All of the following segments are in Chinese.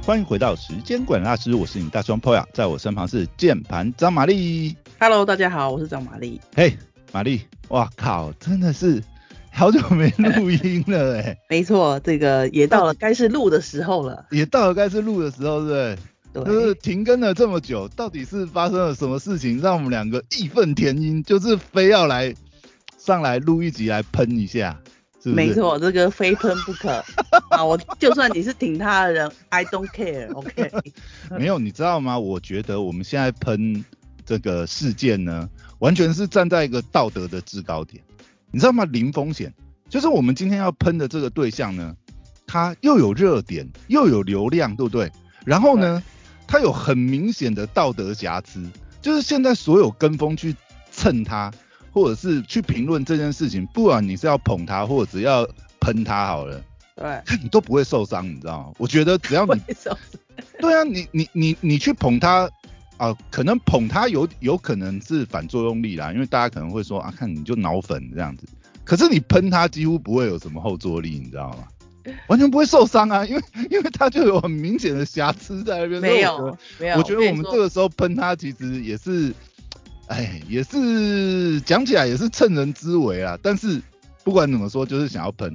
欢迎回到时间管理大师，我是你大双 Poya， 在我身旁是键盘张玛丽。 Hello， 大家好，我是张玛丽。 嘿，玛丽，哇靠，真的是好久没录音了哎。 没错，这个也到了该是录的时候了。 也到了该是录的时候，对不对？ 对， 就是停更了这么久，到底是发生了什么事情，让我们两个义愤填膺，就是非要上来录一集来喷一下，是不是？ 没错，这个非喷不可啊！我就算你是挺他的人 ，I don't care，OK？ 没有，你知道吗？我觉得我们现在喷这个事件呢，完全是站在一个道德的制高点，你知道吗？零风险，就是我们今天要喷的这个对象呢，它又有热点，又有流量，对不对？然后呢，它有很明显的道德瑕疵，就是现在所有跟风去蹭它，或者是去评论这件事情，不管你是要捧它，或者只要喷它好了， 对， 你都不会受伤，你知道吗？我觉得只要你，对啊，你去捧它啊，可能捧它有可能是反作用力啦，因为大家可能会说啊，看你就脑粉这样子，可是你喷它几乎不会有什么后坐力，你知道吗？完全不会受伤啊，因为它就有很明显的瑕疵在那边。 没有， 我觉得我们这个时候喷它其实也是，也是讲起来也是趁人之危啊。但是不管怎么说，就是想要喷。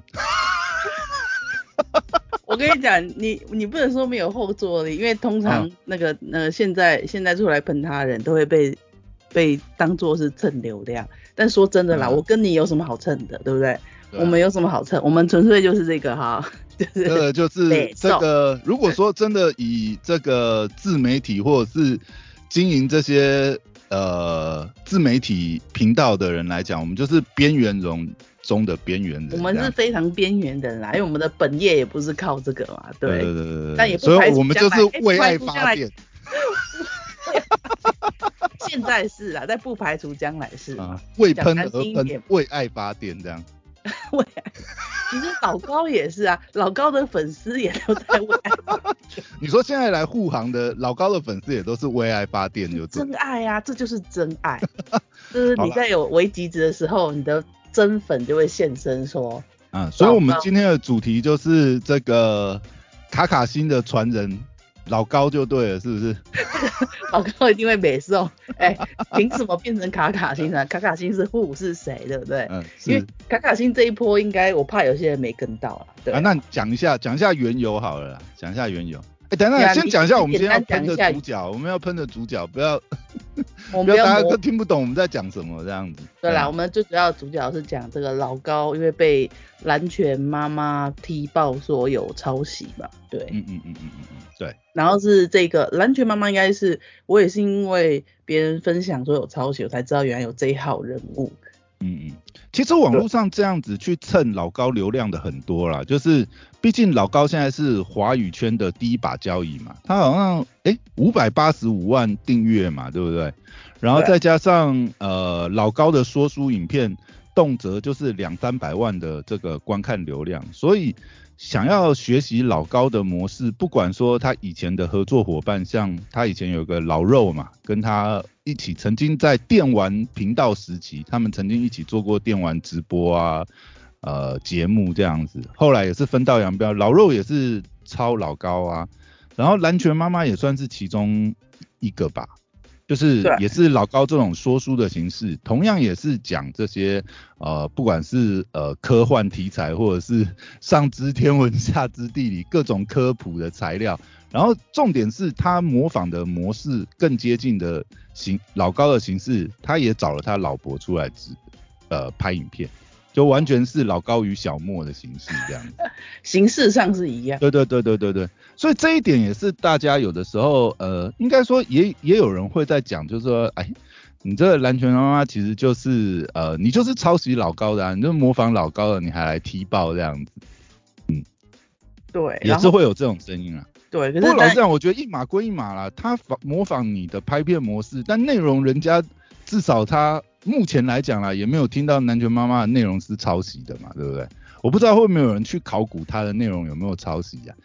我跟你讲，你不能说没有后坐力，因为通常那个现在出来喷他的人都会被当作是蹭流量。但说真的啦，我跟你有什么好蹭的，对不对？我们有什么好蹭？我们纯粹就是这个哈， 就是这个。如果说真的以这个自媒体或者是经营这些自媒体频道的人来讲，我们就是边缘人中的边缘人。 我们是非常边缘的人啦，因为我们的本业也不是靠这个嘛，对。但也不所以我们就是为爱发电。 现在是啦，但不排除将来是嘛。 为喷而喷，为爱发电这样。 为爱，其实老高也是啊，老高的粉丝也都在为爱发电。 你说现在来护航的老高的粉丝也都是为爱发电，就真爱啊，这就是真爱。就是你在有危急值的时候，你的真粉就会现身说。 所以我们今天的主题就是这个卡卡星的传人。老高就对了，是不是？ 老高一定会北宋，凭什么变成卡卡星呢？卡卡星是是谁，对不对？因为卡卡星这一波应该我怕有些人没跟到啦。对那讲一下缘由好了啦，讲一下缘由。等等，先讲一下我们今天要喷的主角，我们要喷的主角，不要大家都听不懂我们在讲什么这样子。 对啦，我们最主要的主角是讲这个老高，因为被蓝拳妈妈踢爆说有抄袭嘛，对。 对。 然后是这个蓝拳妈妈，应该是我也是因为别人分享说有抄袭，我才知道原来有这一号人物。 其实网络上这样子去蹭老高流量的很多啦，就是毕竟老高现在是华语圈的第一把交椅嘛，他好像585万订阅嘛，对不对？然后再加上老高的说书影片，动辄就是200-300万的这个观看流量，所以想要学习老高的模式，不管说他以前的合作伙伴，像他以前有个老肉嘛，跟他一起曾经在电玩频道时期，他们曾经一起做过电玩直播啊，节目这样子，后来也是分道扬镳，老肉也是抄老高啊，然后蓝拳妈妈也算是其中一个吧。就是也是老高这种说书的形式，同样也是讲这些不管是科幻题材或者是上知天文下知地理各种科普的材料，然后重点是他模仿的模式更接近的老高的形式，他也找了他老婆出来拍影片，就完全是老高与小莫的形式这样子。 形式上是一样。 对，所以这一点也是大家有的时候应该说也有人会在讲，就是说你这个蓝拳妈妈其实就是你就是抄袭老高的啊，你就模仿老高的，你还来踢爆这样子。 对， 也是会有这种声音啊。 对，可是不过老实讲，我觉得一码归一码啦，他模仿你的拍片模式，但内容人家至少他目前来讲啦，也没有听到蓝拳妈妈的内容是抄袭的嘛，对不对？我不知道会不会有人去考古他的内容有没有抄袭啊？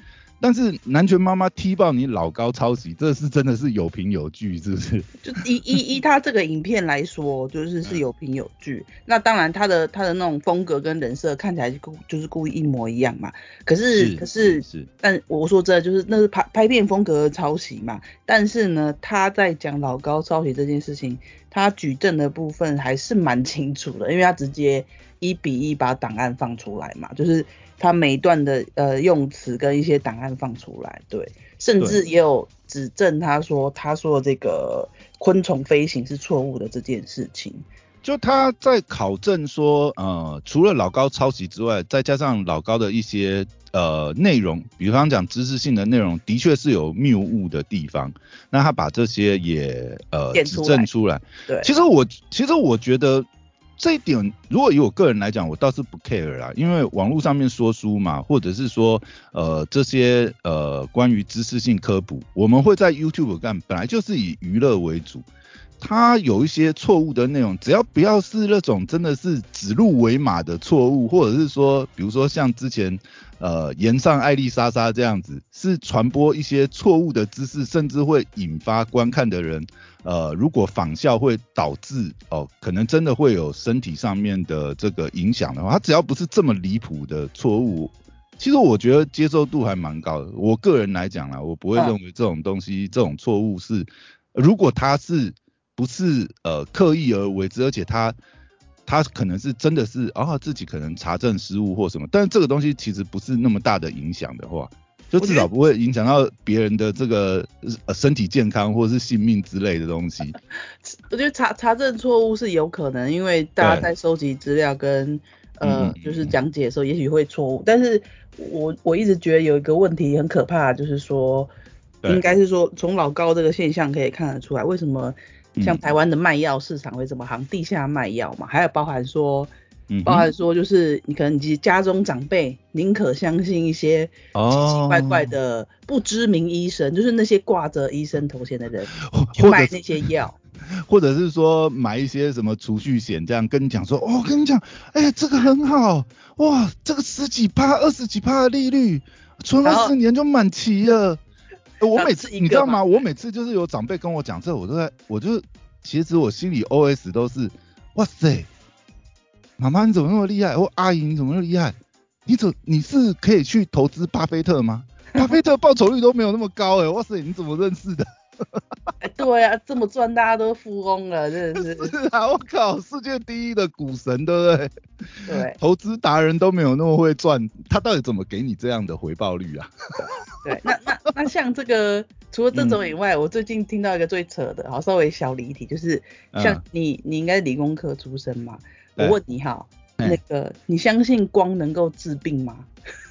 但是南拳妈妈踢爆你老高抄袭，这是真的是有凭有据，是不是？ 就依他这个影片来说，就是有凭有据。那当然他的那种风格跟人设看起来就是故意一模一样嘛。可是，但我说真的，就是那是拍片风格的抄袭嘛。但是呢，他在讲老高抄袭这件事情，他举证的部分还是蛮清楚的，因为他直接1:1把档案放出来嘛，就是他每一段的用词跟一些档案放出来，对，甚至也有指证他说这个昆虫飞行是错误的这件事情。 就他在考证说，除了老高抄袭之外，再加上老高的一些内容，比方讲知识性的内容，的确是有谬误的地方。那他把这些也指证出来。 对， 其实我觉得这一点，如果以我个人来讲，我倒是不 care 啦，因为网络上面说书嘛，或者是说这些关于知识性科普，我们会在 YouTube 干，本来就是以娱乐为主。他有一些错误的内容，只要不要是那种真的是指鹿为马的错误，或者是说，比如说像之前岩上艾丽莎莎这样子，是传播一些错误的知识，甚至会引发观看的人如果仿效会导致可能真的会有身体上面的这个影响的话，他只要不是这么离谱的错误，其实我觉得接受度还蛮高的。我个人来讲啦，我不会认为这种东西这种错误是，如果他是不是刻意而为之，而且他可能是真的是自己可能查证失误或什么，但是这个东西其实不是那么大的影响的话，就至少不会影响到别人的这个身体健康或是性命之类的东西。 我觉得查证错误是有可能，因为大家在收集资料跟就是讲解的时候也许会错误，但是我一直觉得有一个问题很可怕，就是说应该是说从老高这个现象可以看得出来，为什么像台湾的卖药市场会这么行，地下卖药嘛，还有包含说就是你可能你家中长辈宁可相信一些奇奇怪怪的不知名医生，就是那些挂着医生头衔的人去卖那些药， 或者是说买一些什么储蓄险，这样跟你讲说，我跟你讲，这个很好，哇，这个10几%、20几%的利率，存20年就满期了。我每次你知道吗？我每次就是有长辈跟我讲这，我就其实我心里 OS 都是，哇塞，妈妈你怎么那么厉害？或阿姨你怎么那么厉害？你是可以去投资巴菲特吗？巴菲特报酬率都没有那么高哇塞，你怎么认识的？ 对啊，这么赚大家都富翁了，真的是。 是啊，我靠，世界第一的股神，对不对？ 对， 投资达人都没有那么会赚，他到底怎么给你这样的回报率啊？ 对，那像这个，除了这种以外，我最近听到一个最扯的，稍微小离题，就是像你应该是理工科出身嘛，我问你哈，那个你相信光能够治病吗？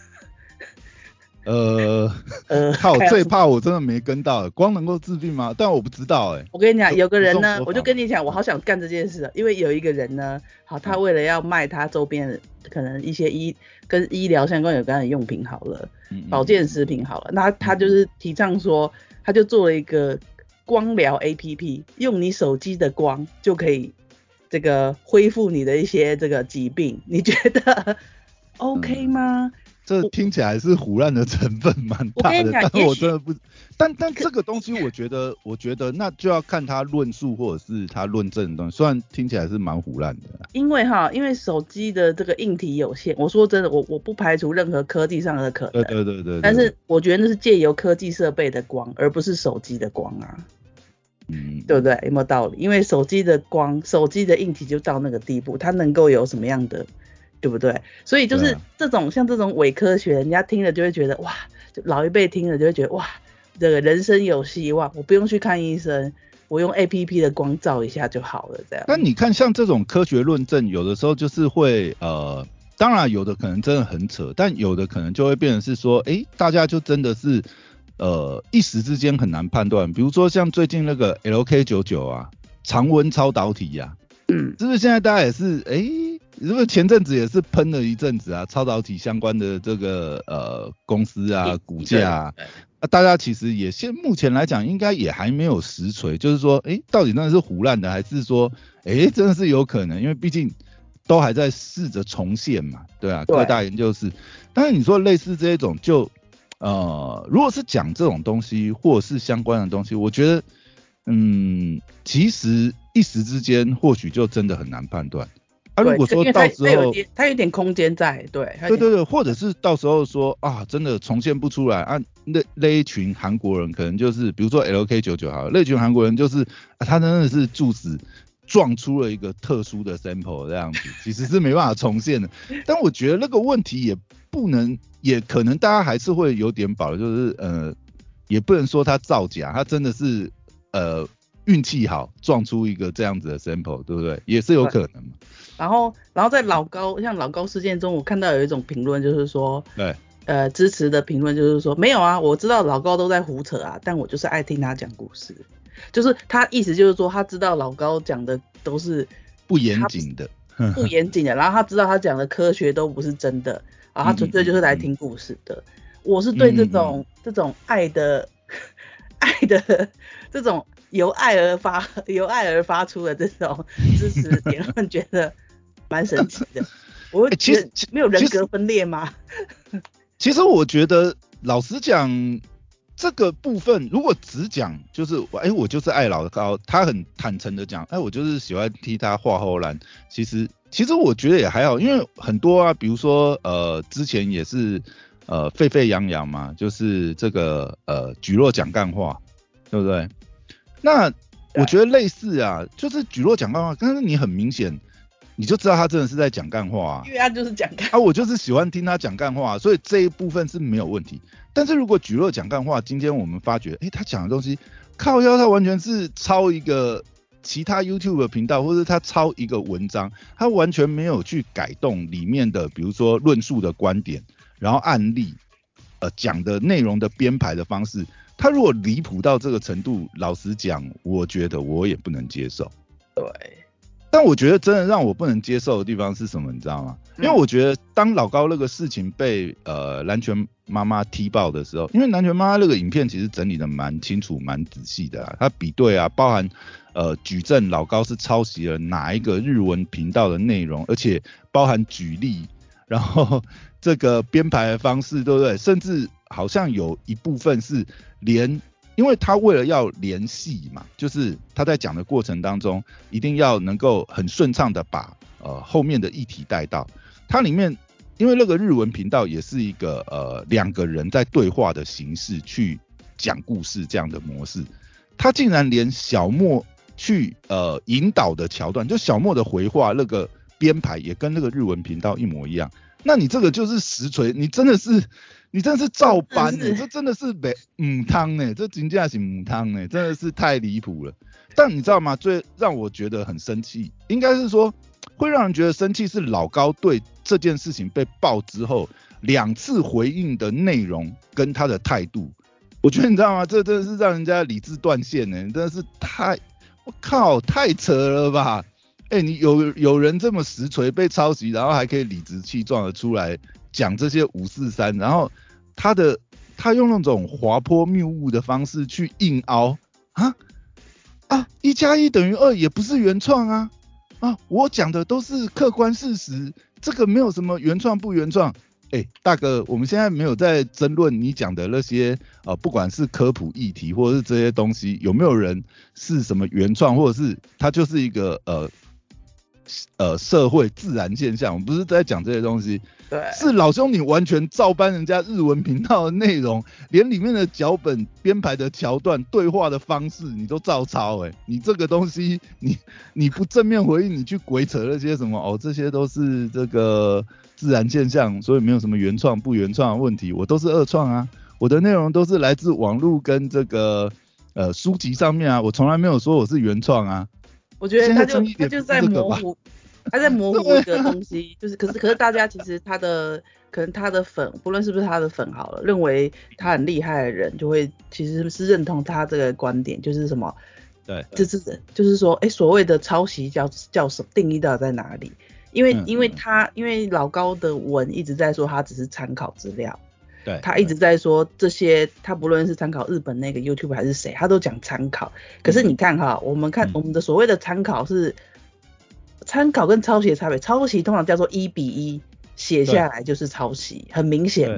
靠，这一趴我真的没跟到，光能够治病吗？但我不知道我跟你讲，有个人呢，我就跟你讲，我好想干这件事，因为有一个人呢，好，他为了要卖他周边可能一些跟医疗相关有关的用品好了，保健食品好了，那他就是提倡说，他就做了一个光疗 APP， 用你手机的光就可以这个恢复你的一些这个疾病，你觉得 OK 吗？ 这听起来是胡乱的成分蛮大的，但我真的不，但这个东西我觉得那就要看他论述或者是他论证的东西，虽然听起来是蛮胡乱的。 因为手机的这个硬体有限，我说真的，我不排除任何科技上的可能。 对。 但是我觉得那是借由科技设备的光，而不是手机的光啊。对不对？有没有道理？因为手机的光，手机的硬体就到那个地步，它能够有什么样的？对不对？所以就是像这种伪科学，人家听了就会觉得哇，就老一辈听了就会觉得哇，这个人生有希望，我不用去看医生，我用 APP 的光照一下就好了，这样。 但你看像这种科学论证，有的时候就是会当然有的可能真的很扯，但有的可能就会变成是说，大家就真的是一时之间很难判断。比如说像最近那个 LK99啊，常温超导体啊，是不是现在大家也是是不是前阵子也是喷了一阵子啊？超导体相关的这个公司啊，股价大家其实也目前来讲应该也还没有实锤，就是说到底真的是胡乱的，还是说真的是有可能？因为毕竟都还在试着重现嘛，对啊，各大研究室。但是你说类似这一种，就如果是讲这种东西或是相关的东西，我觉得其实一时之间或许就真的很难判断。如果说到时候它有点空间在，对对，或者是到时候说真的重现不出来那一群韩国人可能就是比如说 LK99 好了，那群韩国人就是他真的是猝死撞出了一个特殊的 sample 这样子，其实是没办法重现的。但我觉得那个问题也可能大家还是会有点保留，就是也不能说他造假，他真的是运气好撞出一个这样子的 sample， 对不对？也是有可能嘛。 然后在像老高事件中，我看到有一种评论就是说， 对， 支持的评论就是说，没有啊，我知道老高都在胡扯啊，但我就是爱听他讲故事。就是他意思就是说，他知道老高讲的都是不严谨的， 不严谨的，然后他知道他讲的科学都不是真的，然后他纯粹就是来听故事的。我是对这种爱的这种由爱而发出的这种支持言论，觉得蛮神奇的。我会觉得没有人格分裂吗？ 其实我觉得老实讲，这个部分如果只讲就是我就是爱老高，他很坦诚的讲，我就是喜欢替他画后栏。其实我觉得也还好，因为很多比如说之前也是沸沸扬扬嘛，就是这个举弱讲干话，对不对？那我觉得类似就是举弱讲干话，但是你很明显你就知道他真的是在讲干话因为他就是讲干话我就是喜欢听他讲干话，所以这一部分是没有问题。但是如果举弱讲干话，今天我们发觉他讲的东西靠腰，他完全是抄一个其他 YouTube 的频道，或者他抄一个文章，他完全没有去改动里面的比如说论述的观点，然后案例讲的内容的编排的方式，他如果离谱到这个程度，老实讲我觉得我也不能接受。 对， 但我觉得真的让我不能接受的地方是什么，你知道吗？因为我觉得当老高那个事情被蓝拳妈妈踢爆的时候，因为蓝拳妈妈那个影片其实整理的蛮清楚蛮仔细的他比对包含举证老高是抄袭了哪一个日文频道的内容，而且包含举例，然后这个编排的方式，对不对？甚至好像有一部分是因为他为了要联系嘛，就是他在讲的过程当中一定要能够很顺畅的把后面的议题带到。它里面因为那个日文频道也是一个两个人在对话的形式去讲故事这样的模式，他竟然连小莫去引导的桥段，就小莫的回话那个编排也跟那个日文频道一模一样。那你这个就是实锤，你真的是照搬这真的是母汤这真的是母汤真的是太离谱了。但你知道吗？最让我觉得很生气，应该是说会让人觉得生气是老高对这件事情被爆之后2次回应的内容跟他的态度。我觉得你知道吗？这真的是让人家理智断线真的是我靠，太扯了吧！你有人这么实锤被抄袭，然后还可以理直气壮的出来讲这些543，然后他用那种滑坡谬误的方式去硬凹1+1等于2也不是原创我讲的都是客观事实，这个没有什么原创不原创。大哥，我们现在没有在争论你讲的那些不管是科普议题或者是这些东西有没有人是什么原创，或者是它就是一个社会自然现象，我们不是在讲这些东西。 对，是老兄你完全照搬人家日文频道的内容，连里面的脚本编排的桥段对话的方式你都照抄你这个东西你不正面回应，你去鬼扯那些什么这些都是这个自然现象，所以没有什么原创不原创的问题，我都是二创我的内容都是来自网络跟这个书籍上面我从来没有说我是原创我觉得他就在模糊，他在模糊一个东西，就是可是大家其实可能他的粉，不论是不是他的粉好了，认为他很厉害的人就会其实是认同他这个观点，就是什么， 对， 就是说，所谓的抄袭叫什么定义到底在哪里？因为老高的文一直在说他只是参考资料。 对， 他一直在说这些，他不论是参考日本那个 YouTube 还是谁，他都讲参考。可是你看我们看我们的所谓的参考是参考跟抄袭的差别，抄袭通常叫做1:1，写下来就是抄袭，很明显嘛。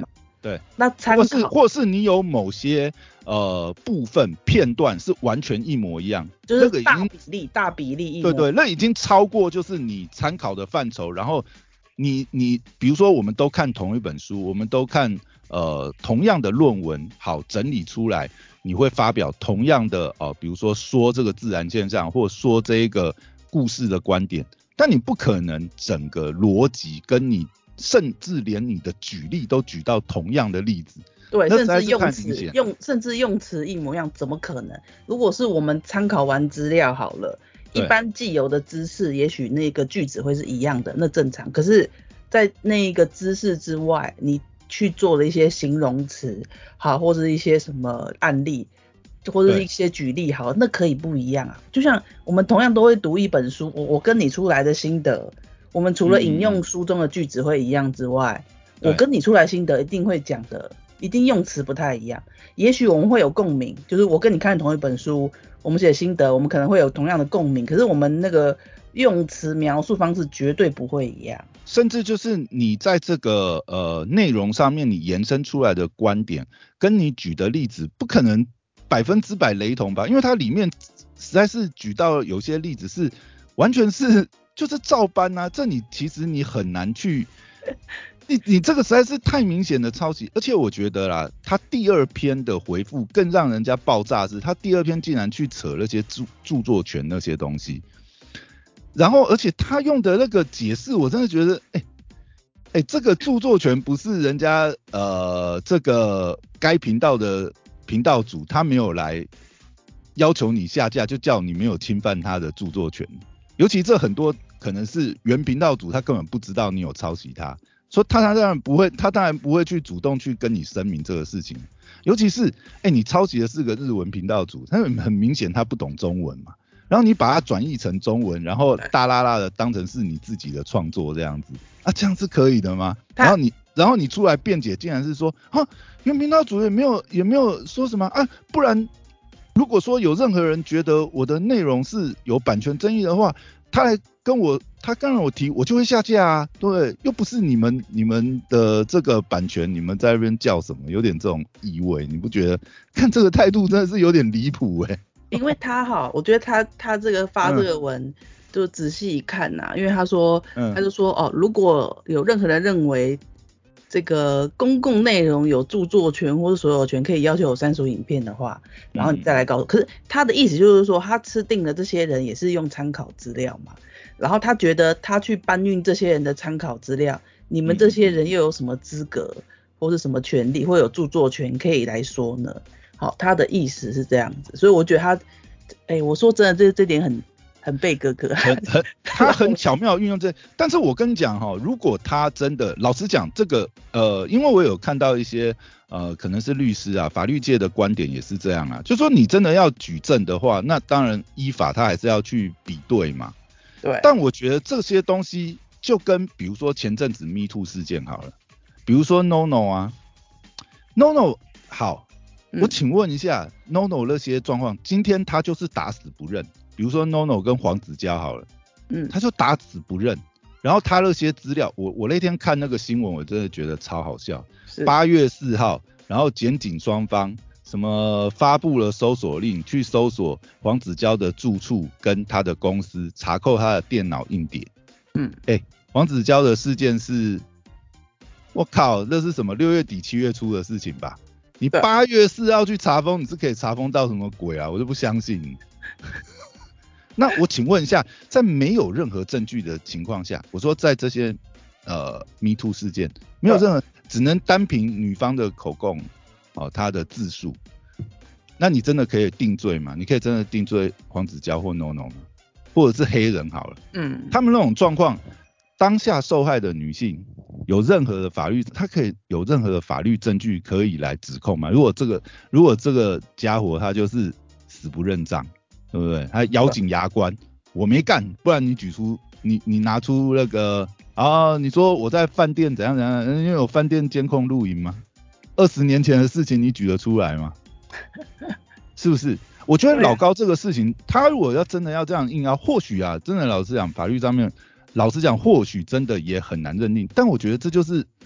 对， 那参考或是你有某些部分片段是完全一模一样， 就是那个已经大比例一模。 对，那已经超过就是你参考的范畴。然后你比如说我们都看同一本书，我们都看同样的论文，好整理出来，你会发表同样的比如说这个自然现象，或说这一个故事的观点，但你不可能整个逻辑跟你甚至连你的举例都举到同样的例子。 对， 甚至用词一模一样，怎么可能？如果是我们参考完资料好了，一般既有的知识，也许那个句子会是一样的，那正常。可是，在那个知识之外，你去做了一些形容词，好，或者一些什么案例，或者一些举例，好，那可以不一样啊。就像我们同样都会读一本书，我跟你出来的心得，我们除了引用书中的句子会一样之外，我跟你出来心得一定会讲的。一定用词不太一样，也许我们会有共鸣，就是我跟你看同一本书，我们写心得，我们可能会有同样的共鸣，可是我们那个用词描述方式绝对不会一样。 甚至就是你在这个内容上面你延伸出来的观点，跟你举的例子不可能100%雷同吧？因为它里面实在是举到有些例子是完全是就是照搬啊，这其实你很难去。你这个实在是太明显的抄袭，而且我觉得啦，他第二篇的回复更让人家爆炸是，他第二篇竟然去扯那些著作权那些东西，然后而且他用的那个解释，我真的觉得，这个著作权不是人家这个该频道的频道主他没有来要求你下架，就叫你没有侵犯他的著作权，尤其这很多可能是原频道主他根本不知道你有抄袭他。说他当然不会去主动去跟你声明这个事情，尤其是你抄袭的是个日文频道主，他很明显他不懂中文嘛，然后你把它转译成中文，然后大拉拉的当成是你自己的创作这样子啊，这样是可以的吗？然后你出来辩解，竟然是说原频道主也没有说什么啊，不然如果说有任何人觉得我的内容是有版权争议的话，他刚让我提，我就会下架啊，对，又不是你们的这个版权，你们在那边叫什么，有点这种意味，你不觉得？看这个态度真的是有点离谱因为我觉得他这个发这个文，就仔细一看呐，因为他就说如果有任何人认为这个公共内容有著作权或是所有权可以要求有删除影片的话，然后你再来告诉。可是他的意思就是说，他吃定了这些人也是用参考资料嘛，然后他觉得他去搬运这些人的参考资料，你们这些人又有什么资格或是什么权利或有著作权可以来说呢？好，他的意思是这样子，所以我觉得我说真的，这点很贝哥哥， 他很巧妙运用但是我跟你讲如果他真的，老实讲，这个因为我有看到一些可能是律师啊，法律界的观点也是这样啊，就说你真的要举证的话，那当然依法他还是要去比对嘛。 对。 但我觉得这些东西就跟比如说前阵子 Me Too 事件好了，比如说 NONO 啊 ，NONO 好。我请问一下 ，NONO 那些状况，今天他就是打死不认。比如说 NONO 跟黄子佼好了，他就打死不认。然后他那些资料，我那天看那个新闻，我真的觉得超好笑。8月4号，然后检警双方什么发布了搜索令，去搜索黄子佼的住处跟他的公司，查扣他的电脑硬碟。黄子佼的事件是，我靠，那是什么6月底7月初的事情吧？你8月4号去查封，你是可以查封到什么鬼啊？我就不相信。那我请问一下，在没有任何证据的情况下，我说在这些Me Too 事件没有任何，只能单凭女方的口供她的自述，那你真的可以定罪吗？你可以真的定罪黄子佼或 NONO 吗？或者是黑人好了，他们那种状况，当下受害的女性有任何的法律，她可以有任何的法律证据可以来指控吗？如果这个家伙他就是死不认账，对不对？他咬紧牙关，我没干，不然你举出你拿出那个你说我在饭店怎样怎样，因为有饭店监控录影吗？20年前的事情你举得出来吗？是不是？我觉得老高这个事情，他如果要真的要这样硬要，或许啊，真的老实讲，法律上面，老实讲，或许真的也很难认定。但我觉得这就是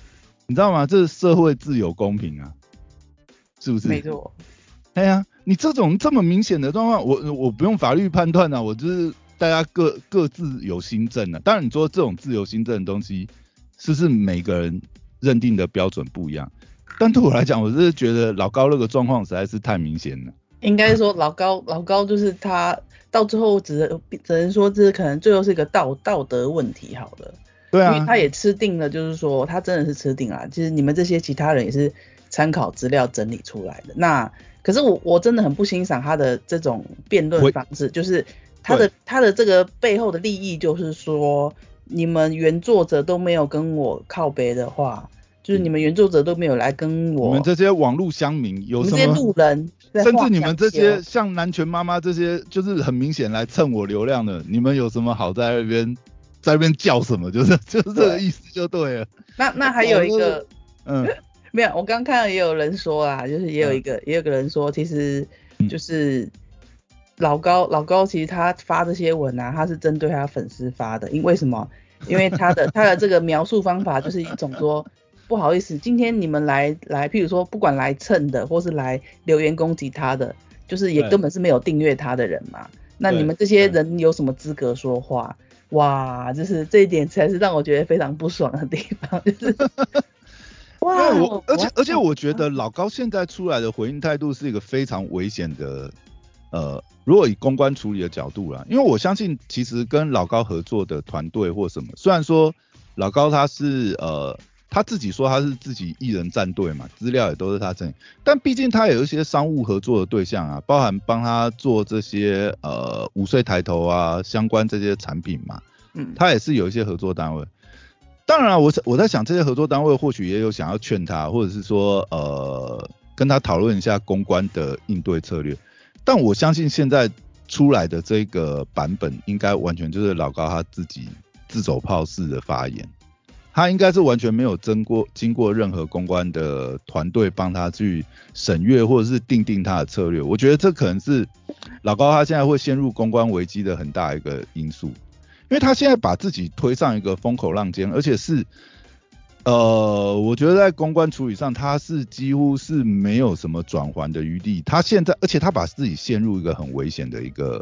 你知道吗？这是社会自由公平啊，是不是？ 没错。 哎呀，你这种这么明显的状况，我不用法律判断啊，我就是大家各自有心证啊。当然你说这种自由心证的东西，是不是每个人认定的标准不一样？但对我来讲，我是觉得老高那个状况实在是太明显了。 应该说老高就是他到最后只能说这可能最后是一个道德问题好了。 对啊， 因为他也吃定了，就是说他真的是吃定了。其实你们这些其他人也是参考资料整理出来的。那可是我真的很不欣赏他的这种辩论方式，就是他的这个背后的利益就是说，你们原作者都没有跟我靠北的话，就是你们原作者都没有来跟我， 你们这些网络乡民有什么？ 你们这些路人， 甚至你们这些像南拳妈妈这些，就是很明显来蹭我流量的，你们有什么好在那边叫什么？就是这个意思就对了。 那还有一个，没有，我刚看到也有人说啦，就是也有一个人说，其实就是老高其实他发这些文啊，他是针对他粉丝发的，因为什么？因为他的这个描述方法就是一种说，不好意思，今天你们来，譬如说不管来蹭的或是来留言攻击他的，就是也根本是没有订阅他的人嘛。那你们这些人有什么资格说话？哇，就是这一点才是让我觉得非常不爽的地方，就是哇，而且我觉得老高现在出来的回应态度是一个非常危险的，如果以公关处理的角度啦，因为我相信其实跟老高合作的团队或什么，虽然说老高他是他自己说他是自己艺人战队嘛，资料也都是他整理，但毕竟他有一些商务合作的对象啊，包含帮他做这些5岁抬头啊相关这些产品嘛，他也是有一些合作单位。当然我在想这些合作单位或许也有想要劝他，或者是说跟他讨论一下公关的应对策略，但我相信现在出来的这个版本应该完全就是老高他自己自走炮式的发言，他应该是完全没有经过任何公关的团队帮他去审阅或者是定他的策略，我觉得这可能是老高他现在会陷入公关危机的很大一个因素。因为他现在把自己推上一个风口浪尖，而且是我觉得在公关处理上他是几乎是没有什么转圜的余地。他现在而且他把自己陷入一个很危险的一个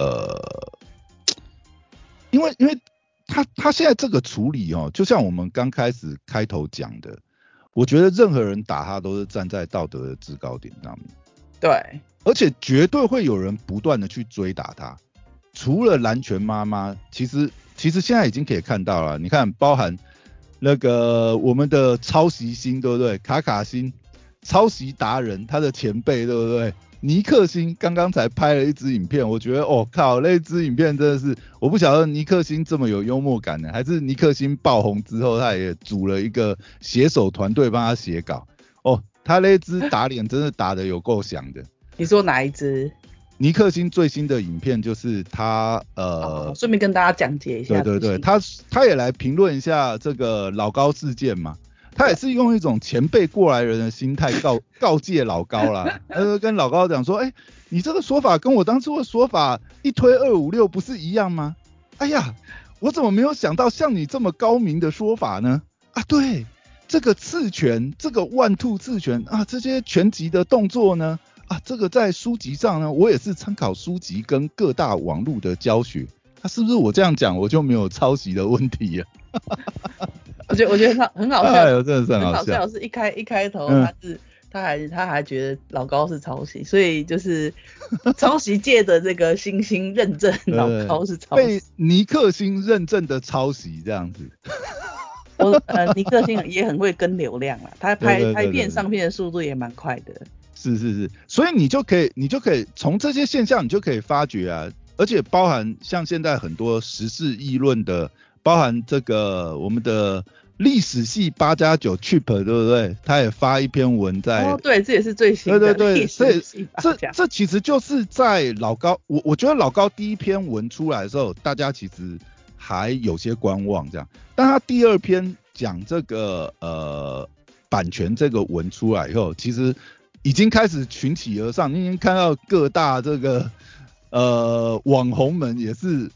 因为他现在这个处理就像我们刚开头讲的，我觉得任何人打他都是站在道德的制高点上面， 对， 而且绝对会有人不断的去追打他。除了蓝拳妈妈，其实现在已经可以看到了，你看包含那个我们的抄袭星，对不对？卡星抄袭达人，他的前辈，对不对？尼克星刚刚才拍了一支影片，我觉得靠，那支影片真的是，我不晓得尼克星这么有幽默感呢，还是尼克星爆红之后，他也组了一个写手团队帮他写稿。他那支打脸真的打得有够响的。 你说哪一支？ 尼克星最新的影片就是他顺便跟大家讲解一下。 对，他也来评论一下这个老高事件嘛。他也是用一种前辈过来人的心态告诫老高啦。跟老高讲说，你这个说法跟我当初的说法一推256不是一样吗？哎呀，我怎么没有想到像你这么高明的说法呢？对，这个刺拳，这个万兔刺拳啊，这些拳击的动作呢？这个在书籍上呢，我也是参考书籍跟各大网络的教学。是不是我这样讲我就没有抄袭的问题了？ 我觉得他很好笑， 真的是很好笑。 是一开头他还觉得老高是抄袭，所以就是抄袭界的这个星星认证老高是抄袭， 被尼克星认证的抄袭这样子。 尼克星也很会跟流量啦，他拍片上片的速度也蛮快的。 是，所以你就可以从这些现象你就可以发觉啊，而且包含像现在很多时事议论的，包含这个我们的历史系8+9 Chip 对不对？他也发一篇文在对，这也是最新的。 对，这其实就是在老高，我觉得老高第一篇文出来的时候，大家其实还有些观望这样，但他第二篇讲这个版权这个文出来以后，其实已经开始群起而上，你已经看到各大这个网红们也是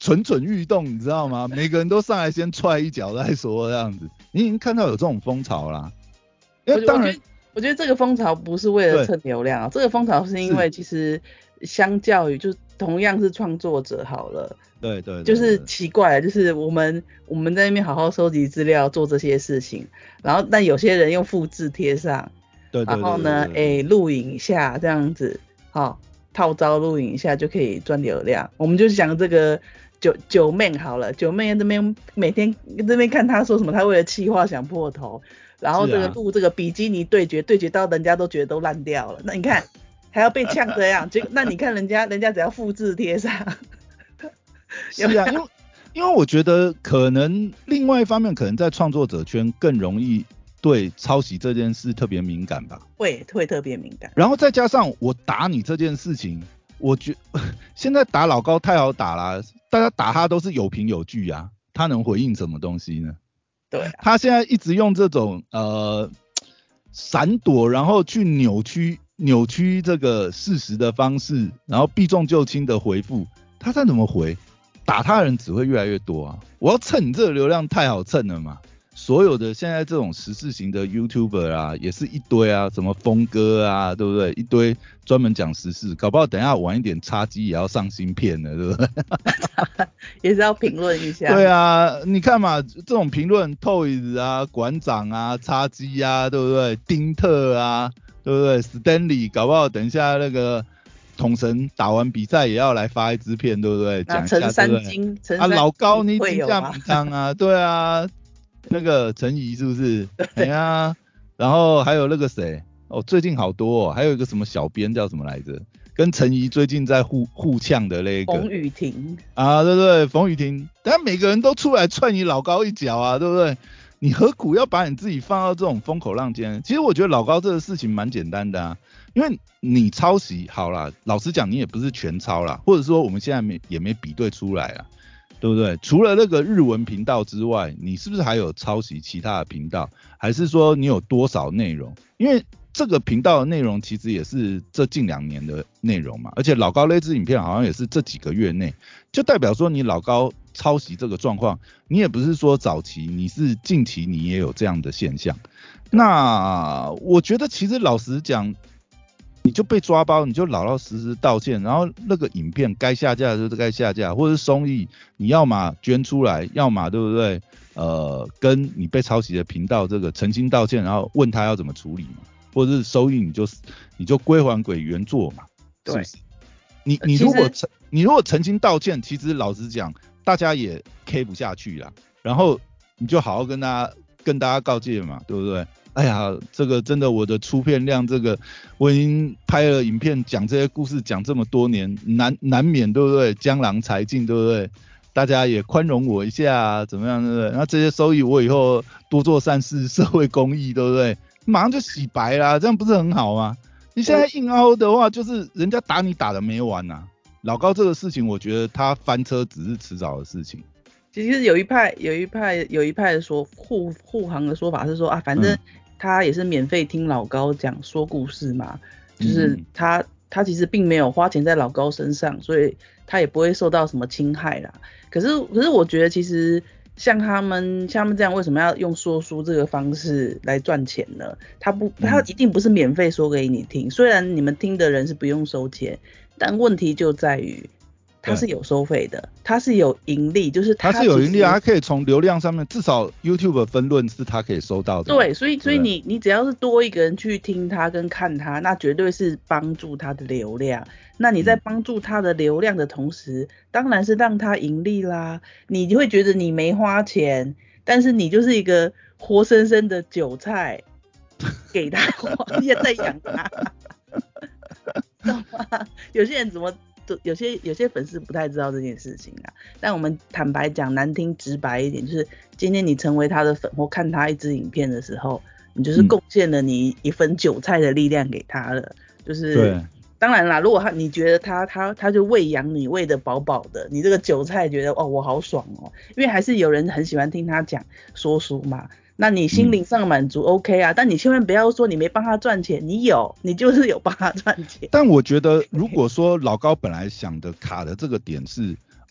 蠢蠢欲动，你知道吗？每个人都上来先踹一脚再说这样子。你已经看到有这种风潮啦。因为当然， 我觉得这个风潮不是为了蹭流量啊，这个风潮是因为其实相较于就同样是创作者好了， 对， 就是奇怪，就是我们在那边好好收集资料做这些事情，然后但有些人用复制贴上， 对， 然后呢，录影一下这样子，好，套招录影一下就可以赚流量，我们就想这个。九妹好了，九妹这边每天这边看他说什么，他为了企划想破头，然后这个录这个比基尼对决到人家都觉得都烂掉了，那你看还要被呛这样，那你看人家只要复制贴上， 是啊，因为我觉得可能另外一方面，可能在创作者圈更容易对抄袭这件事特别敏感吧， 会特别敏感， 然后再加上我打你这件事情。我觉现在打老高太好打啦，大家打他都是有凭有据啊，他能回应什么东西呢？ 对、啊， 他现在一直用这种闪躲，然后去扭曲这个事实的方式，然后避重就轻的回复，他再怎么回，打他的人只会越来越多啊！我要蹭你这个流量太好蹭了嘛。所有的现在这种时事型的 YouTuber 啊，也是一堆啊，什么峰哥啊，对不对？一堆专门讲时事，搞不好等一下晚一点插机也要上新片了，对不对？ 也是要评论一下。 对啊，你看嘛，这种评论 Toys 啊、馆长啊、插机啊，对不對？丁特啊，对不对 ？Stanley 搞不好等一下那个统神打完比赛也要来发一支片，对不对？讲一下， 陈三金啊，老高你评价名堂啊，对啊。那个陈怡是不是？对啊，然后还有那个谁哦，最近好多哦，还有一个什么小编叫什么来着？跟陈怡最近在互呛的那个冯雨婷啊，对不对？冯雨婷，但每个人都出来踹你老高一脚啊，对不对？你何苦要把你自己放到这种风口浪尖？其实我觉得老高这个事情蛮简单的啊，因为你抄袭好啦，老实讲你也不是全抄啦，或者说我们现在也没比对出来啊。对不对？除了那个日文频道之外，你是不是还有抄袭其他的频道？还是说你有多少内容？因为这个频道的内容其实也是这近2年的内容嘛，而且老高那支影片好像也是这几个月内，就代表说你老高抄袭这个状况，你也不是说早期，你是近期你也有这样的现象。那我觉得其实老实讲，你就被抓包，你就老老实实道歉，然后那个影片该下架就是该下架，或者是收益，你要嘛捐出来，要嘛对不对？跟你被抄袭的频道这个澄清道歉，然后问他要怎么处理嘛，或者是收益你就归还给原作嘛，是不是？你如果澄清道歉，其实老实讲，大家也 K 不下去啦，然后你就好好跟大家告诫嘛，对不对？哎呀，这个真的我的出片量，这个我已经拍了影片讲这些故事讲这么多年，难免对不对？江郎才尽对不对？大家也宽容我一下，怎么样对不对？那这些收益我以后多做善事，社会公益对不对？马上就洗白啦，这样不是很好吗？你现在硬凹的话，就是人家打你打的没完啊。老高这个事情，我觉得他翻车只是迟早的事情。 其实有一派的说护航的说法是说啊，反正他也是免费听老高说故事嘛，就是他其实并没有花钱在老高身上，所以他也不会受到什么侵害啦。可是我觉得其实像他们这样为什么要用说书这个方式来赚钱呢？他一定不是免费说给你听，虽然你们听的人是不用收钱，但问题就在于它是有收费的，它是有盈利，就是它是有盈利啊，它可以从流量上面，至少 YouTube 分论是它可以收到的。 对，所以你只要是多一个人去听它跟看它，那绝对是帮助它的流量。那你在帮助它的流量的同时，当然是让它盈利啦。你就会觉得你没花钱，但是你就是一个活生生的韭菜，给他花，也在养他，知道吗？有些人有些粉丝不太知道这件事情啊，但我们坦白讲，难听直白一点，就是今天你成为他的粉或看他一支影片的时候，你就是贡献了你一份韭菜的力量给他了，就是对。 当然啦，如果你觉得他就喂养你喂得饱饱的，你这个韭菜觉得哦我好爽哦，因为还是有人很喜欢听他讲说书嘛。那你心灵上满足 OK 啊，但你千万不要说你没帮他赚钱，你就是有帮他赚钱。 但我觉得如果说老高本来想的卡的这个点是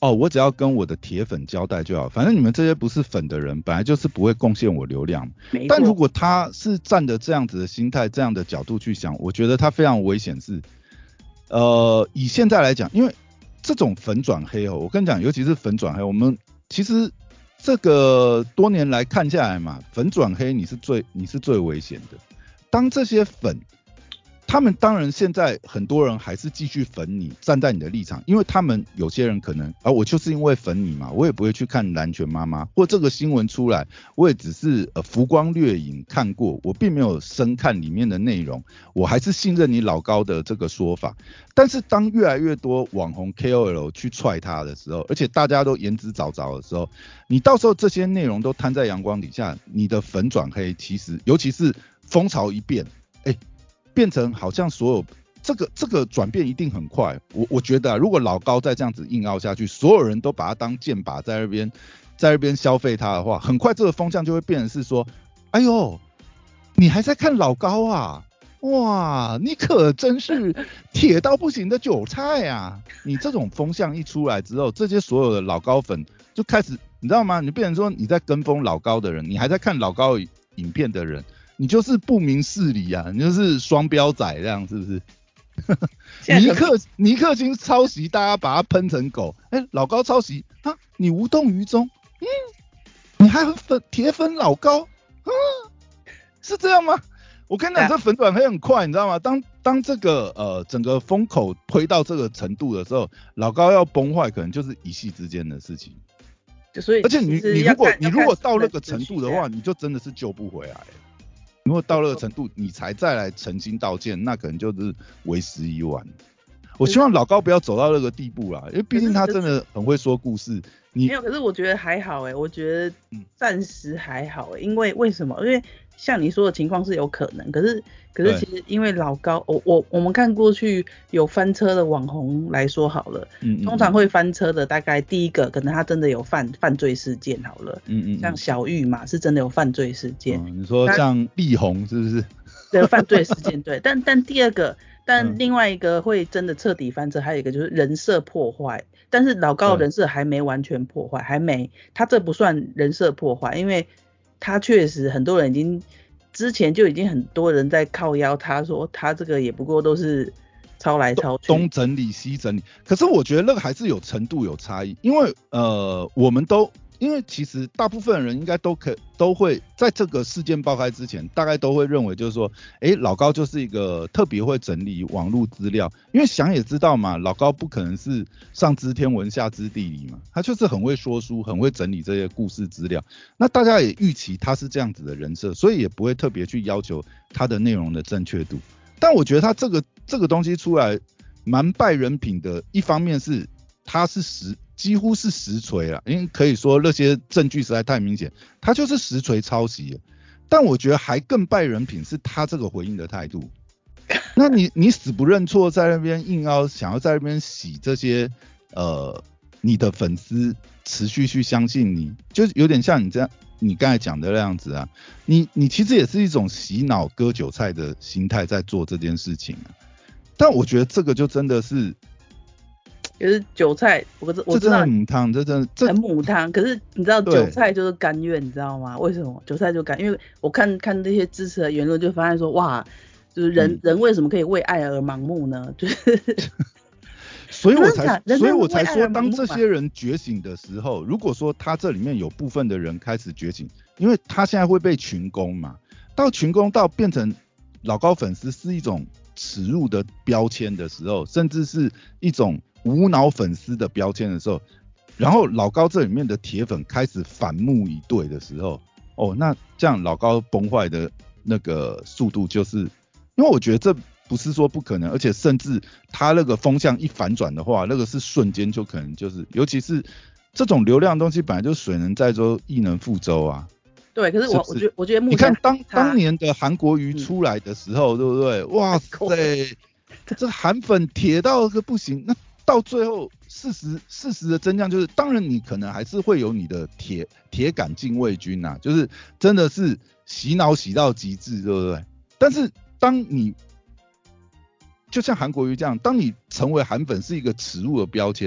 哦，我只要跟我的铁粉交代就好，反正你们这些不是粉的人，本来就是不会贡献我流量。 没错， 但如果他是站着这样子的心态、这样的角度去想，我觉得他非常危险是，以现在来讲，因为这种粉转黑哦，我跟你讲，尤其是粉转黑，我们其实这个多年来看下来嘛，粉转黑你是最危险的。当这些粉他们当然现在很多人还是继续粉你，站在你的立场，因为他们有些人可能我就是因为粉你嘛，我也不会去看蓝拳妈妈或这个新闻出来，我也只是浮光掠影看过，我并没有深看里面的内容，我还是信任你老高的这个说法。但是当越来越多网红 KOL 去踹他的时候，而且大家都言之凿凿的时候，你到时候这些内容都摊在阳光底下，你的粉转黑，其实尤其是风潮一变，变成好像所有这个转变一定很快。我觉得如果老高再这样子硬凹下去，所有人都把他当箭靶在那边消费他的话，很快这个风向就会变成是说，哎呦，你还在看老高啊？哇，你可真是铁到不行的韭菜啊！你这种风向一出来之后，这些所有的老高粉就开始，你知道吗？你变成说你在跟风老高的人，你还在看老高影片的人，你就是不明事理啊，你就是双标仔这样，是不是？尼克星抄袭，大家把他喷成狗，老高抄袭啊，你无动于衷，你还铁粉老高，是这样吗？我跟你讲，这粉转黑很快，你知道吗？当这个整个风口推到这个程度的时候，老高要崩坏，可能就是一夕之间的事情。 所以而且你如果到那个程度的话，你就真的是救不回来了。如果到那个程度，你才再来诚心道歉，那可能就是为时已晚。我希望老高不要走到那个地步啦，因为毕竟他真的很会说故事。 没有，可是我觉得还好我觉得暂时还好因为为什么？因为像你说的情况是有可能，可是其实因为老高，我们看过去有翻车的网红来说好了，通常会翻车的大概第一个可能他真的有犯罪事件好了，像小玉嘛是真的有犯罪事件， 你说像力宏是不是？ 对，犯罪事件对，但第二个。但另外一个会真的彻底翻车，还有一个就是人设破坏。但是老高人设还没完全破坏，还没，他这不算人设破坏，因为他确实很多人之前就已经很多人在靠腰他说他这个也不过都是抄来抄去， 东整理西整理。可是我觉得那个还是有程度有差异，因为因为其实大部分人应该都会在这个事件爆开之前，大概都会认为就是说，老高就是一个特别会整理网络资料，因为想也知道嘛，老高不可能是上知天文下知地理嘛，他就是很会说书，很会整理这些故事资料。那大家也预期他是这样子的人设，所以也不会特别去要求他的内容的正确度。但我觉得他这个东西出来蛮败人品的，一方面是他是几乎是实锤了，因为可以说那些证据实在太明显，他就是实锤抄袭了。但我觉得还更败人品是他这个回应的态度。那你死不认错，在那边硬要想要在那边洗这些你的粉丝持续去相信你，就是有点像你刚才讲的那样子啊。你其实也是一种洗脑割韭菜的心态在做这件事情啊。但我觉得这个就真的是。 可是韭菜，我知道这很母汤，这很母汤。可是你知道韭菜就是甘愿，你知道吗？为什么韭菜就甘？因为我看这些支持的言论，就发现说，哇，就是人为什么可以为爱而盲目呢？就是， 所以我才说，当这些人觉醒的时候，如果说他这里面有部分的人开始觉醒，因为他现在会被群攻嘛，到群攻到变成老高粉丝是一种耻辱的标签的时候，甚至是一种无脑粉丝的标签的时候，然后老高这里面的铁粉开始反目以对的时候，那这样老高崩坏的那个速度就是，因为我觉得这不是说不可能，而且甚至他那个风向一反转的话，那个是瞬间就可能就是，尤其是这种流量的东西本来就水能载舟亦能覆舟啊。 对，可是我觉得你看当年的韩国瑜出来的时候，对不对？哇塞，这韩粉铁到个不行，那到最后事实的真相就是，当然你可能还是会有你的铁杆禁卫军啊，就是真的是洗脑洗到极致，对不对？但是当你就像韩国瑜这样，当你成为韩粉是一个耻辱的标签，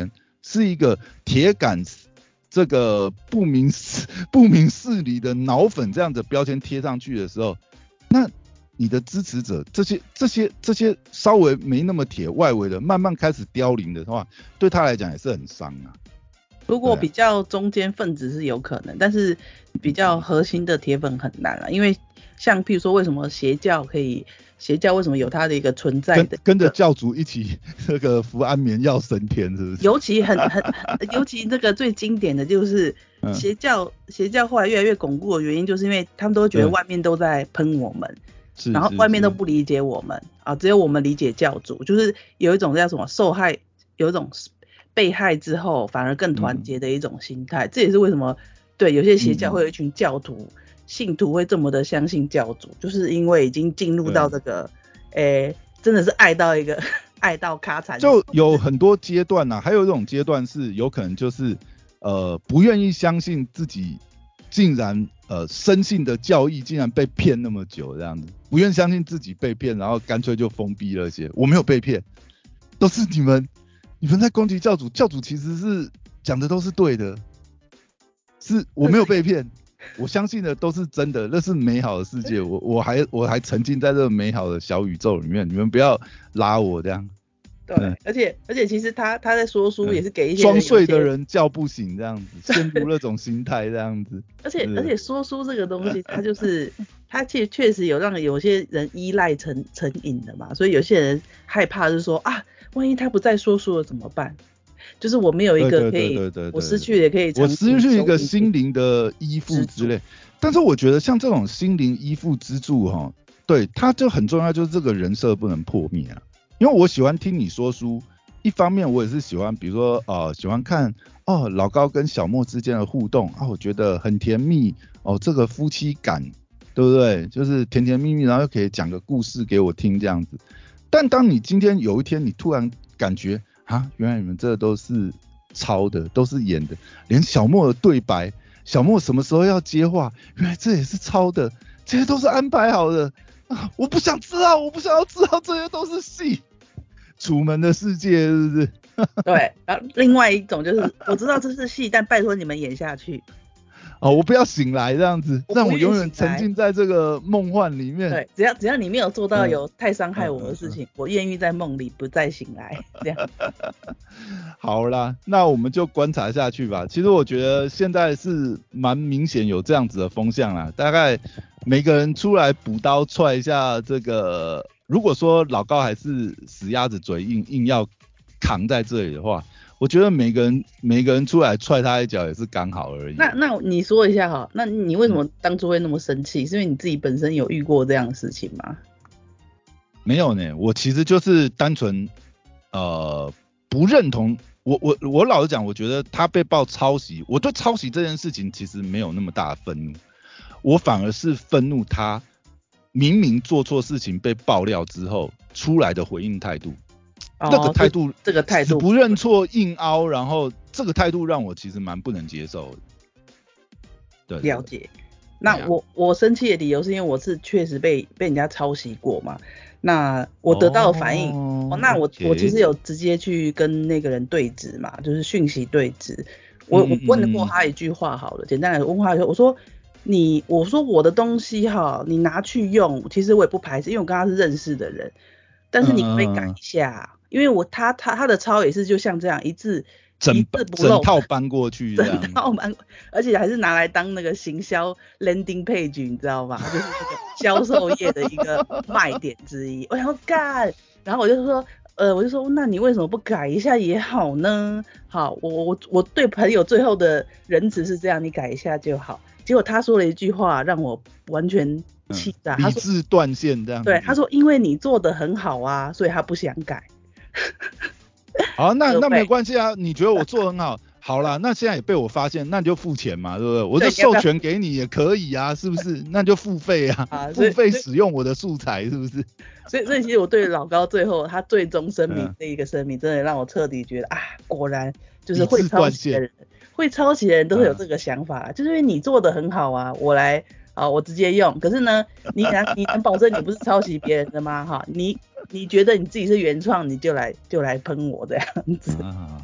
是一个铁杆这个不明事理的脑粉这样的标签贴上去的时候，那你的支持者这些稍微没那么铁外围的慢慢开始凋零的话，对他来讲也是很伤啊。 如果比较中间分子是有可能，但是比较核心的铁粉很难了，因为像譬如说为什么邪教为什么有它的一个存在的跟着教主一起那个服安眠药升天，是不是？ 尤其这个最经典的就是邪教后来越来越巩固的原因，就是因为他们都觉得外面都在喷我们，然后外面都不理解我们啊，只有我们理解教主，就是有一种叫什么受害，有一种被害之后反而更团结的一种心态，这也是为什么对有些邪教会有一群教徒信徒会这么的相信教主，就是因为已经进入到这个真的是爱到一个爱到咔嚓， 就有很多阶段啊，还有一种阶段是有可能就是不愿意相信自己竟然深信的教义竟然被骗那么久这样子，不愿相信自己被骗，然后干脆就封闭了些，我没有被骗，都是你们在攻击教主，教主其实是讲的都是对的，是我没有被骗，我相信的都是真的，那是美好的世界，我还沉浸在这个美好的小宇宙里面，你们不要拉我这样。 对，而且其实他在说书也是给一些装睡的人叫不醒这样子，陷入那种心态这样子。 而且说书这个东西，它就是它确实有让有些人依赖成瘾的嘛，所以有些人害怕就是说啊，万一他不再说书了怎么办？就是我没有一个可以，我失去也可以， 我失去一个心灵的依附之类。但是我觉得像这种心灵依附支柱哈，对，它就很重要，就是这个人设不能破灭啊。因为我喜欢听你说书，一方面我也是喜欢，比如说喜欢看老高跟小莫之间的互动啊，我觉得很甜蜜哦，这个夫妻感，对不对？就是甜甜蜜蜜，然后又可以讲个故事给我听这样子。但当你今天有一天你突然感觉啊，原来你们这都是抄的，都是演的，连小莫的对白，小莫什么时候要接话，原来这也是抄的，这些都是安排好的。我不想知道，我不想要知道，这些都是戏。楚门的世界是不是？ 对，然后另外一种就是我知道这是戏，但拜托你们演下去。 我不要醒来这样子，让我永远沉浸在这个梦幻里面。 对，只要你没有做到有太伤害我的事情，我愿意在梦里不再醒来。这样。 好啦，那我们就观察下去吧。其实我觉得现在是蛮明显有这样子的风向啦，大概每个人出来补刀踹一下这个。如果说老高还是死鸭子嘴硬要扛在这里的话，我觉得每个人出来踹他一脚也是刚好而已。 那你说一下哈，那你为什么当初会那么生气？是因为你自己本身有遇过这样的事情吗？ 没有呢，我其实就是单纯不认同。我老实讲，我觉得他被爆抄袭，我对抄袭这件事情其实没有那么大的愤怒，我反而是愤怒他明明做错事情被爆料之后出来的回应态度，这个态度死不认错硬凹，然后这个态度让我其实蛮不能接受的。对， 了解。那我生气的理由是因为我是确实被人家抄袭过嘛，那我得到的反应，那我其实有直接去跟那个人对质嘛，就是讯息对质。我问过他一句话好了，简单来说，问话我说我的东西哈，你拿去用，其实我也不排斥，因为我跟他是认识的人，但是你可不可以改一下？因为他的抄也是就像这样一字不漏， 整套搬过去这样， 整套搬，而且还是拿来当那个行销 landing page， 你知道吗？就是这个销售页的一个卖点之一。我想说干，然后我就说，那你为什么不改一下也好呢？好，我对朋友最后的仁慈是这样，你改一下就好。结果他说了一句话让我完全气炸， 理智断线这样。 对，他说因为你做得很好啊，所以他不想改。 好，那没关系啊，你觉得我做很好，好啦，那现在也被我发现，那你就付钱嘛，对不对？我就授权给你也可以啊，是不是？那你就付费啊，付费使用我的素材，是不是？ 所以其实我对老高最后他最终声明这一个声明，真的让我彻底觉得啊，果然就是会抄袭的人都会有这个想法，就是因为你做的很好啊，我直接用。可是呢，你能保证你不是抄袭别人的吗？哈，你觉得你自己是原创，你就来喷我这样子。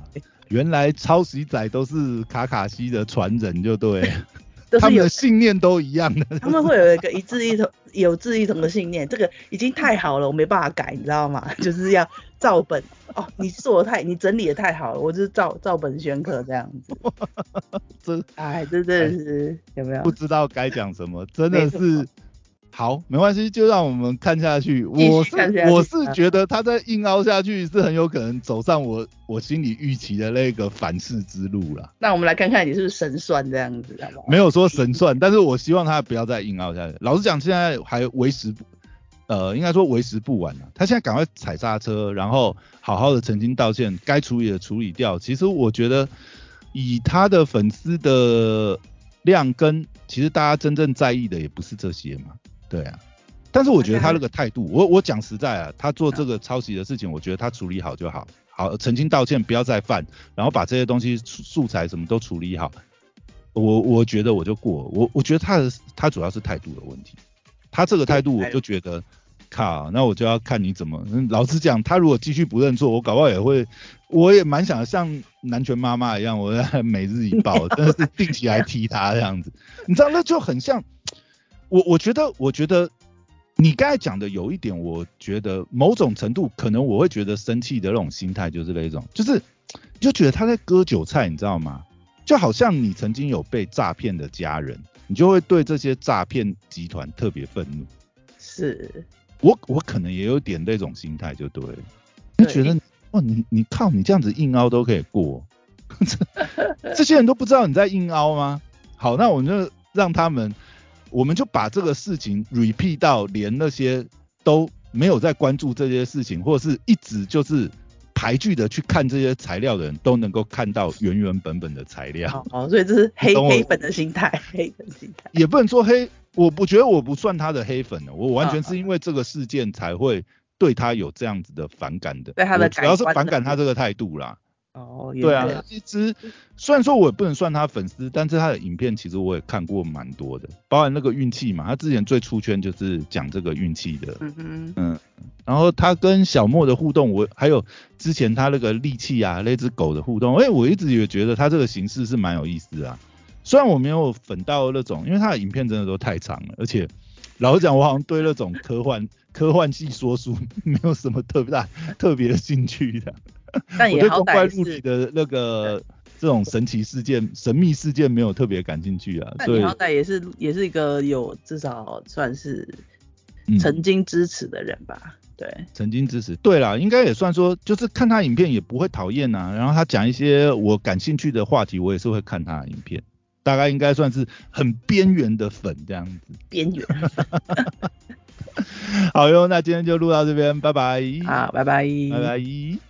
原来抄袭仔都是卡卡西的传人就对都是他们的信念都一样的。 他们会有一个有志一同的信念，这个已经太好了，我没办法改，你知道吗？就是要照本哦，你整理的太好了，我就是照本宣科这样子。这真的是有没有？ 不知道该讲什么，真的是。好，没关系，就让我们看下去。我是觉得他在硬凹下去是很有可能走上我心里预期的那个反噬之路啦。 那我们来看看你是不是神算这样子，好不好？ 没有说神算，但是我希望他不要再硬凹下去。老实讲，现在还应该说为时不晚了。他现在赶快踩刹车，然后好好的澄清道歉，该处理的处理掉。其实我觉得以他的粉丝的量跟其实大家真正在意的也不是这些嘛。对啊，但是我觉得他那个态度，我讲实在啊，他做这个抄袭的事情，我觉得他处理好就好，好澄清道歉，不要再犯，然后把这些东西素材什么都处理好，我觉得我就过，我觉得他主要是态度的问题，他这个态度我就觉得，靠，那我就要看你怎么，老实讲，他如果继续不认错，我搞不好我也蛮想像南拳妈妈一样，我在每日一报，真的是定期来踢他这样子，你知道那就很像。我觉得你刚才讲的有一点，我觉得某种程度可能我会觉得生气的那种心态就是那种，就觉得他在割韭菜，你知道吗？就好像你曾经有被诈骗的家人，你就会对这些诈骗集团特别愤怒。 是， 我可能也有点那种心态，就对了，就觉得哦，你靠，你这样子硬凹都可以过，这些人都不知道你在硬凹吗？好，那我们就让他们。我们就把这个事情 repeat 到连那些都没有在关注这些事情，或者是一直就是排拒的去看这些材料的人，都能够看到原本的材料。 所以这是黑粉的心态，黑粉心态。 也不能说黑，我觉得我不算他的黑粉的，我完全是因为这个事件才会对他有这样子的反感的。 对他的主要是反感他这个态度啦。对啊，其实虽然说我也不能算他粉丝，但是他的影片其实我也看过蛮多的，包含那个运气嘛，他之前最出圈就是讲这个运气的，然后他跟小莫的互动，还有之前他那个利器啊那只狗的互动，我一直也觉得他这个形式是蛮有意思啊。虽然我没有粉到那种，因为他的影片真的都太长了，而且老实讲，我好像对那种科幻系说书没有什么特别的兴趣的。 但也好歹我对光怪陆离的那个这种神秘事件没有特别感兴趣啊。 但你好歹也是一个有至少算是曾经支持的人吧？对， 曾经支持，对啦，应该也算说，就是看他影片也不会讨厌啊。然后他讲一些我感兴趣的话题，我也是会看他的影片。大概应该算是很边缘的粉这样子。 边缘。 好哟，那今天就录到这边，拜拜。 好，拜拜。 拜拜。